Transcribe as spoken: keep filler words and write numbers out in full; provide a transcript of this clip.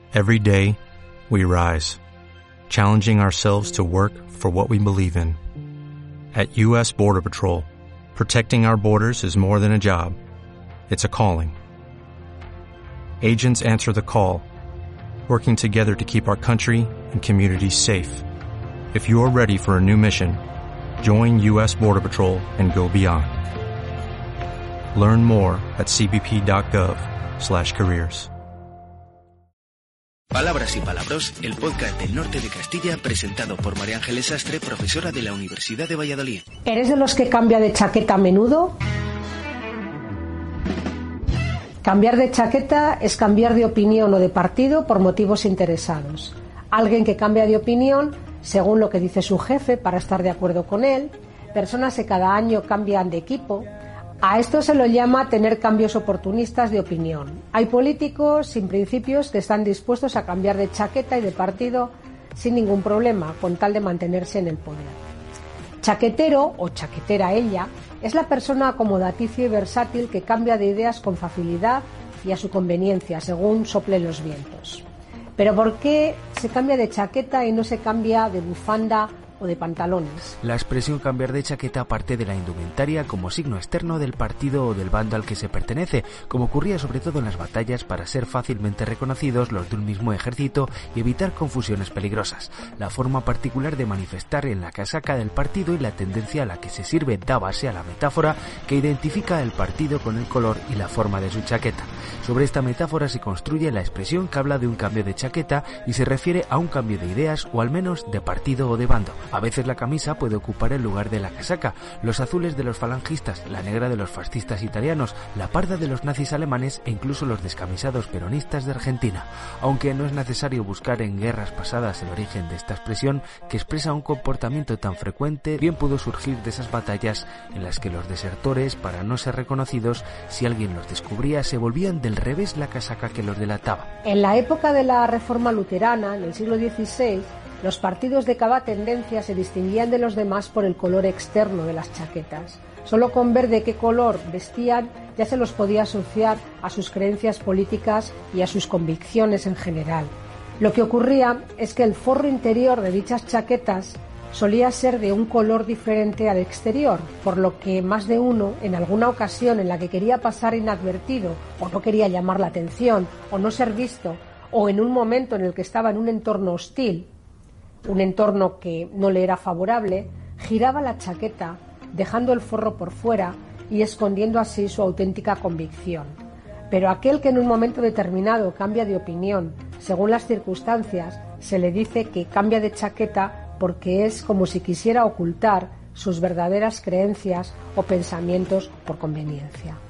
Every day, we rise, challenging ourselves to work for what we believe in. At U S Border Patrol, protecting our borders is more than a job. It's a calling. Agents answer the call, working together to keep our country and communities safe. If you are ready for a new mission, join U S Border Patrol and go beyond. Learn more at c b p dot gov slash careers. Palabras y Palabros, el podcast del norte de Castilla, presentado por María Ángeles Sastre, profesora de la Universidad de Valladolid. ¿Eres de los que cambia de chaqueta a menudo? Cambiar de chaqueta es cambiar de opinión o de partido por motivos interesados. Alguien que cambia de opinión según lo que dice su jefe para estar de acuerdo con él. Personas que cada año cambian de equipo. A esto se lo llama tener cambios oportunistas de opinión. Hay políticos sin principios que están dispuestos a cambiar de chaqueta y de partido sin ningún problema, con tal de mantenerse en el poder. Chaquetero, o chaquetera ella, es la persona acomodaticia y versátil que cambia de ideas con facilidad y a su conveniencia, según soplen los vientos. Pero ¿por qué se cambia de chaqueta y no se cambia de bufanda o de pantalones? La expresión cambiar de chaqueta parte de la indumentaria como signo externo del partido o del bando al que se pertenece, como ocurría sobre todo en las batallas para ser fácilmente reconocidos los de un mismo ejército y evitar confusiones peligrosas. La forma particular de manifestar en la casaca del partido y la tendencia a la que se sirve da base a la metáfora que identifica el partido con el color y la forma de su chaqueta. Sobre esta metáfora se construye la expresión que habla de un cambio de chaqueta y se refiere a un cambio de ideas o al menos de partido o de bando. A veces la camisa puede ocupar el lugar de la casaca, los azules de los falangistas, la negra de los fascistas italianos, la parda de los nazis alemanes e incluso los descamisados peronistas de Argentina. Aunque no es necesario buscar en guerras pasadas el origen de esta expresión, que expresa un comportamiento tan frecuente, bien pudo surgir de esas batallas en las que los desertores, para no ser reconocidos, si alguien los descubría, se volvían del revés la casaca que los delataba. En la época de la Reforma Luterana, en el siglo dieciséis, los partidos de cada tendencia se distinguían de los demás por el color externo de las chaquetas. Solo con ver de qué color vestían ya se los podía asociar a sus creencias políticas y a sus convicciones en general. Lo que ocurría es que el forro interior de dichas chaquetas solía ser de un color diferente al exterior, por lo que más de uno, en alguna ocasión en la que quería pasar inadvertido o no quería llamar la atención o no ser visto, o en un momento en el que estaba en un entorno hostil, un entorno que no le era favorable, giraba la chaqueta, dejando el forro por fuera y escondiendo así su auténtica convicción. Pero aquel que en un momento determinado cambia de opinión, según las circunstancias, se le dice que cambia de chaqueta porque es como si quisiera ocultar sus verdaderas creencias o pensamientos por conveniencia.